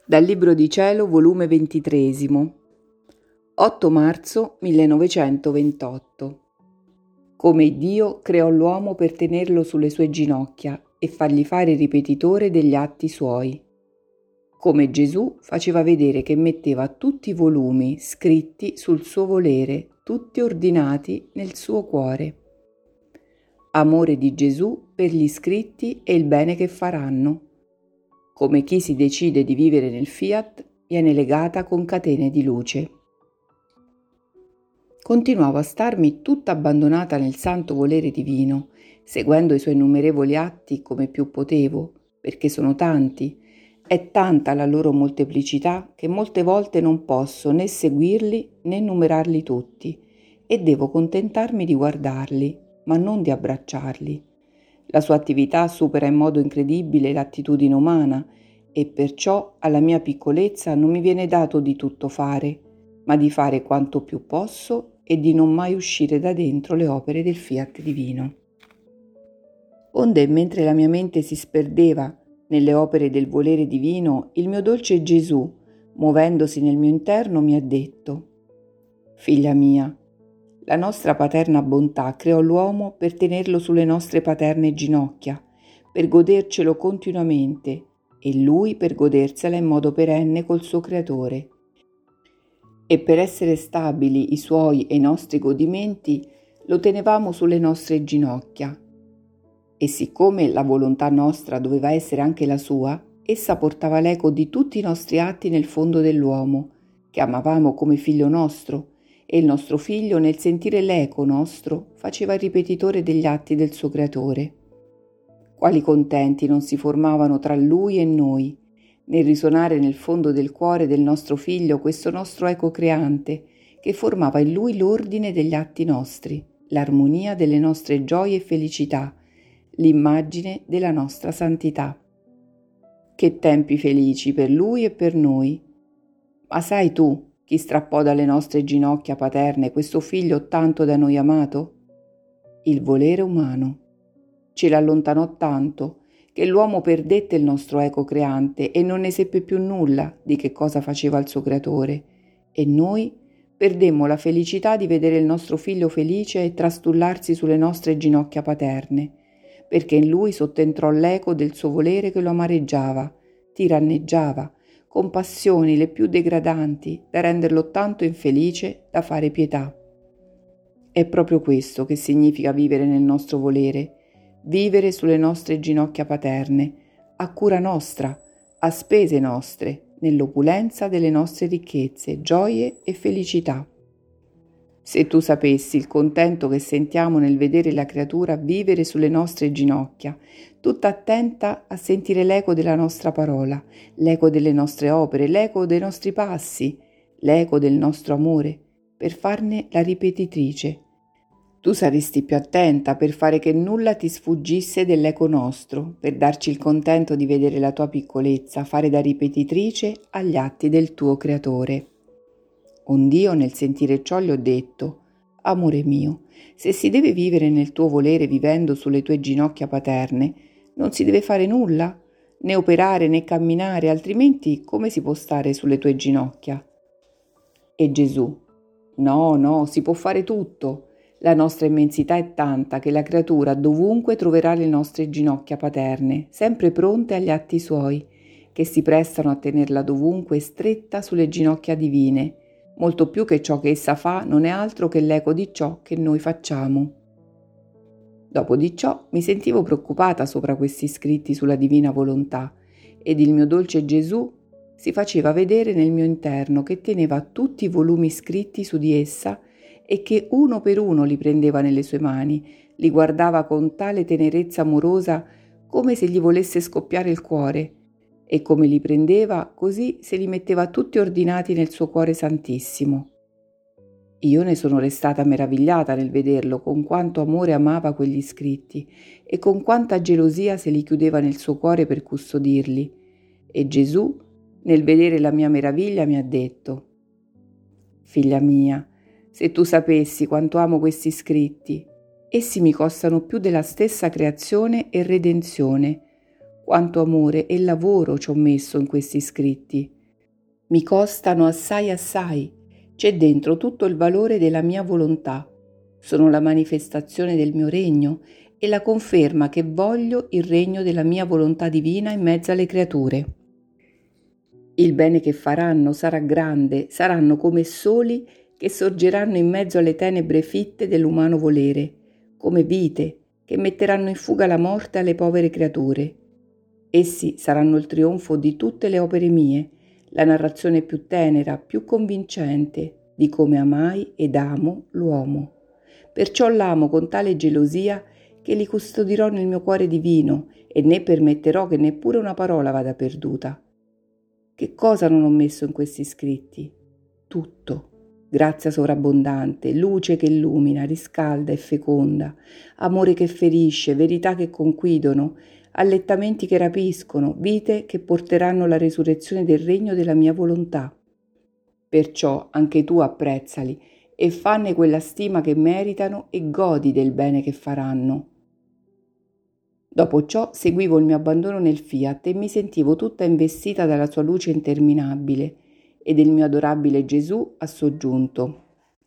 Dal Libro di Cielo, volume 23, 8 marzo 1928. Come Dio creò l'uomo per tenerlo sulle sue ginocchia e fargli fare il ripetitore degli atti suoi. Come Gesù faceva vedere che metteva tutti i volumi scritti sul suo volere, tutti ordinati nel suo cuore. Amore di Gesù per gli scritti e il bene che faranno. Come chi si decide di vivere nel fiat, viene legata con catene di luce. Continuavo a starmi tutta abbandonata nel santo volere divino, seguendo i suoi innumerevoli atti come più potevo, perché sono tanti. È tanta la loro molteplicità che molte volte non posso né seguirli né numerarli tutti, e devo contentarmi di guardarli, ma non di abbracciarli. La sua attività supera in modo incredibile l'attitudine umana e perciò alla mia piccolezza non mi viene dato di tutto fare, ma di fare quanto più posso e di non mai uscire da dentro le opere del fiat divino. Onde, mentre la mia mente si sperdeva nelle opere del volere divino, il mio dolce Gesù, muovendosi nel mio interno, mi ha detto: «Figlia mia, la nostra paterna bontà creò l'uomo per tenerlo sulle nostre paterne ginocchia, per godercelo continuamente, e lui per godersela in modo perenne col suo creatore. E per essere stabili i suoi e i nostri godimenti, lo tenevamo sulle nostre ginocchia. E siccome la volontà nostra doveva essere anche la sua, essa portava l'eco di tutti i nostri atti nel fondo dell'uomo, che amavamo come figlio nostro, e il nostro figlio, nel sentire l'eco nostro, faceva il ripetitore degli atti del suo creatore. Quali contenti non si formavano tra lui e noi, nel risuonare nel fondo del cuore del nostro figlio questo nostro eco creante, che formava in lui l'ordine degli atti nostri, l'armonia delle nostre gioie e felicità, l'immagine della nostra santità. Che tempi felici per lui e per noi! Ma sai tu chi strappò dalle nostre ginocchia paterne questo figlio tanto da noi amato? Il volere umano. Ce l'allontanò tanto che l'uomo perdette il nostro eco creante e non ne seppe più nulla di che cosa faceva il suo creatore, e noi perdemmo la felicità di vedere il nostro figlio felice e trastullarsi sulle nostre ginocchia paterne, perché in lui sottentrò l'eco del suo volere che lo amareggiava, tiranneggiava, con passioni le più degradanti, da renderlo tanto infelice da fare pietà. È proprio questo che significa vivere nel nostro volere, vivere sulle nostre ginocchia paterne, a cura nostra, a spese nostre, nell'opulenza delle nostre ricchezze, gioie e felicità. Se tu sapessi il contento che sentiamo nel vedere la creatura vivere sulle nostre ginocchia, tutta attenta a sentire l'eco della nostra parola, l'eco delle nostre opere, l'eco dei nostri passi, l'eco del nostro amore, per farne la ripetitrice. Tu saresti più attenta per fare che nulla ti sfuggisse dell'eco nostro, per darci il contento di vedere la tua piccolezza fare da ripetitrice agli atti del tuo creatore. Ond'io nel sentire ciò gli ho detto: amore mio, se si deve vivere nel tuo volere vivendo sulle tue ginocchia paterne, non si deve fare nulla, né operare né camminare, altrimenti come si può stare sulle tue ginocchia? E Gesù: no, si può fare tutto. La nostra immensità è tanta che la creatura dovunque troverà le nostre ginocchia paterne, sempre pronte agli atti suoi, che si prestano a tenerla dovunque stretta sulle ginocchia divine, molto più che ciò che essa fa non è altro che l'eco di ciò che noi facciamo. Dopo di ciò mi sentivo preoccupata sopra questi scritti sulla divina volontà, ed il mio dolce Gesù si faceva vedere nel mio interno che teneva tutti i volumi scritti su di essa e che uno per uno li prendeva nelle sue mani, li guardava con tale tenerezza amorosa come se gli volesse scoppiare il cuore, e come li prendeva, così se li metteva tutti ordinati nel suo cuore santissimo. Io ne sono restata meravigliata nel vederlo con quanto amore amava quegli scritti e con quanta gelosia se li chiudeva nel suo cuore per custodirli. E Gesù, nel vedere la mia meraviglia, mi ha detto: «Figlia mia, se tu sapessi quanto amo questi scritti, essi mi costano più della stessa creazione e redenzione. Quanto amore e lavoro ci ho messo in questi scritti, Mi costano assai assai, c'è dentro tutto il valore della mia volontà. Sono la manifestazione del mio regno e la conferma che voglio il regno della mia volontà divina in mezzo alle creature. Il bene che faranno sarà grande, saranno come soli che sorgeranno in mezzo alle tenebre fitte dell'umano volere, come vite che metteranno in fuga la morte alle povere creature. Essi saranno il trionfo di tutte le opere mie, la narrazione più tenera, più convincente di come amai ed amo l'uomo. Perciò l'amo con tale gelosia che li custodirò nel mio cuore divino e né permetterò che neppure una parola vada perduta. Che cosa non ho messo in questi scritti? Tutto. Grazia sovrabbondante, luce che illumina, riscalda e feconda, amore che ferisce, verità che conquidono, allettamenti che rapiscono, vite che porteranno la resurrezione del regno della mia volontà. Perciò anche tu apprezzali e fanne quella stima che meritano e godi del bene che faranno. Dopo ciò seguivo il mio abbandono nel Fiat e mi sentivo tutta investita dalla sua luce interminabile e del mio adorabile Gesù ha soggiunto: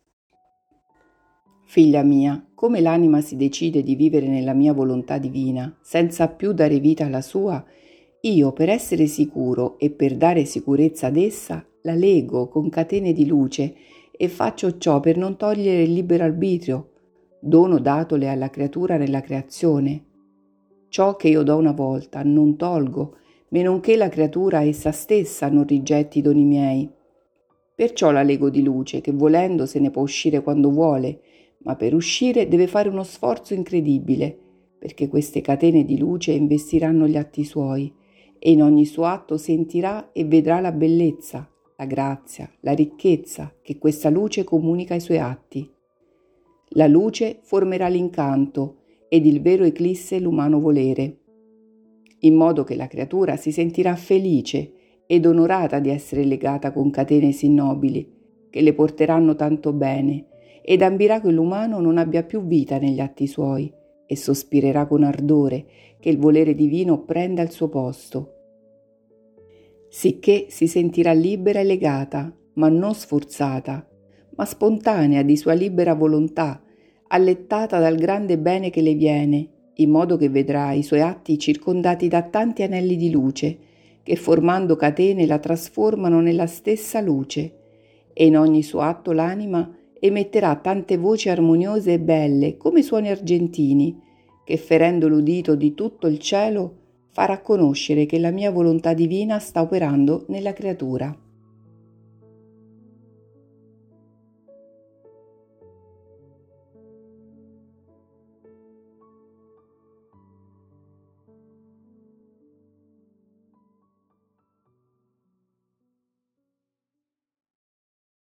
Figlia mia, come l'anima si decide di vivere nella mia volontà divina, senza più dare vita alla sua, io, per essere sicuro e per dare sicurezza ad essa, la lego con catene di luce e faccio ciò per non togliere il libero arbitrio, dono datole alla creatura nella creazione. Ciò che io do una volta non tolgo, menonché la creatura essa stessa non rigetti i doni miei. Perciò la lego di luce, che volendo se ne può uscire quando vuole, ma per uscire deve fare uno sforzo incredibile, perché queste catene di luce investiranno gli atti suoi, e in ogni suo atto sentirà e vedrà la bellezza, la grazia, la ricchezza che questa luce comunica ai suoi atti. La luce formerà l'incanto ed il vero eclisse l'umano volere, in modo che la creatura si sentirà felice ed onorata di essere legata con catene sì nobili, che le porteranno tanto bene, ed ambirà che l'umano non abbia più vita negli atti suoi, e sospirerà con ardore che il volere divino prenda il suo posto. Sicché si sentirà libera e legata, ma non sforzata, ma spontanea di sua libera volontà, allettata dal grande bene che le viene, in modo che vedrà i suoi atti circondati da tanti anelli di luce, che formando catene la trasformano nella stessa luce, e in ogni suo atto l'anima emetterà tante voci armoniose e belle come suoni argentini, che ferendo l'udito di tutto il cielo farà conoscere che la mia volontà divina sta operando nella creatura.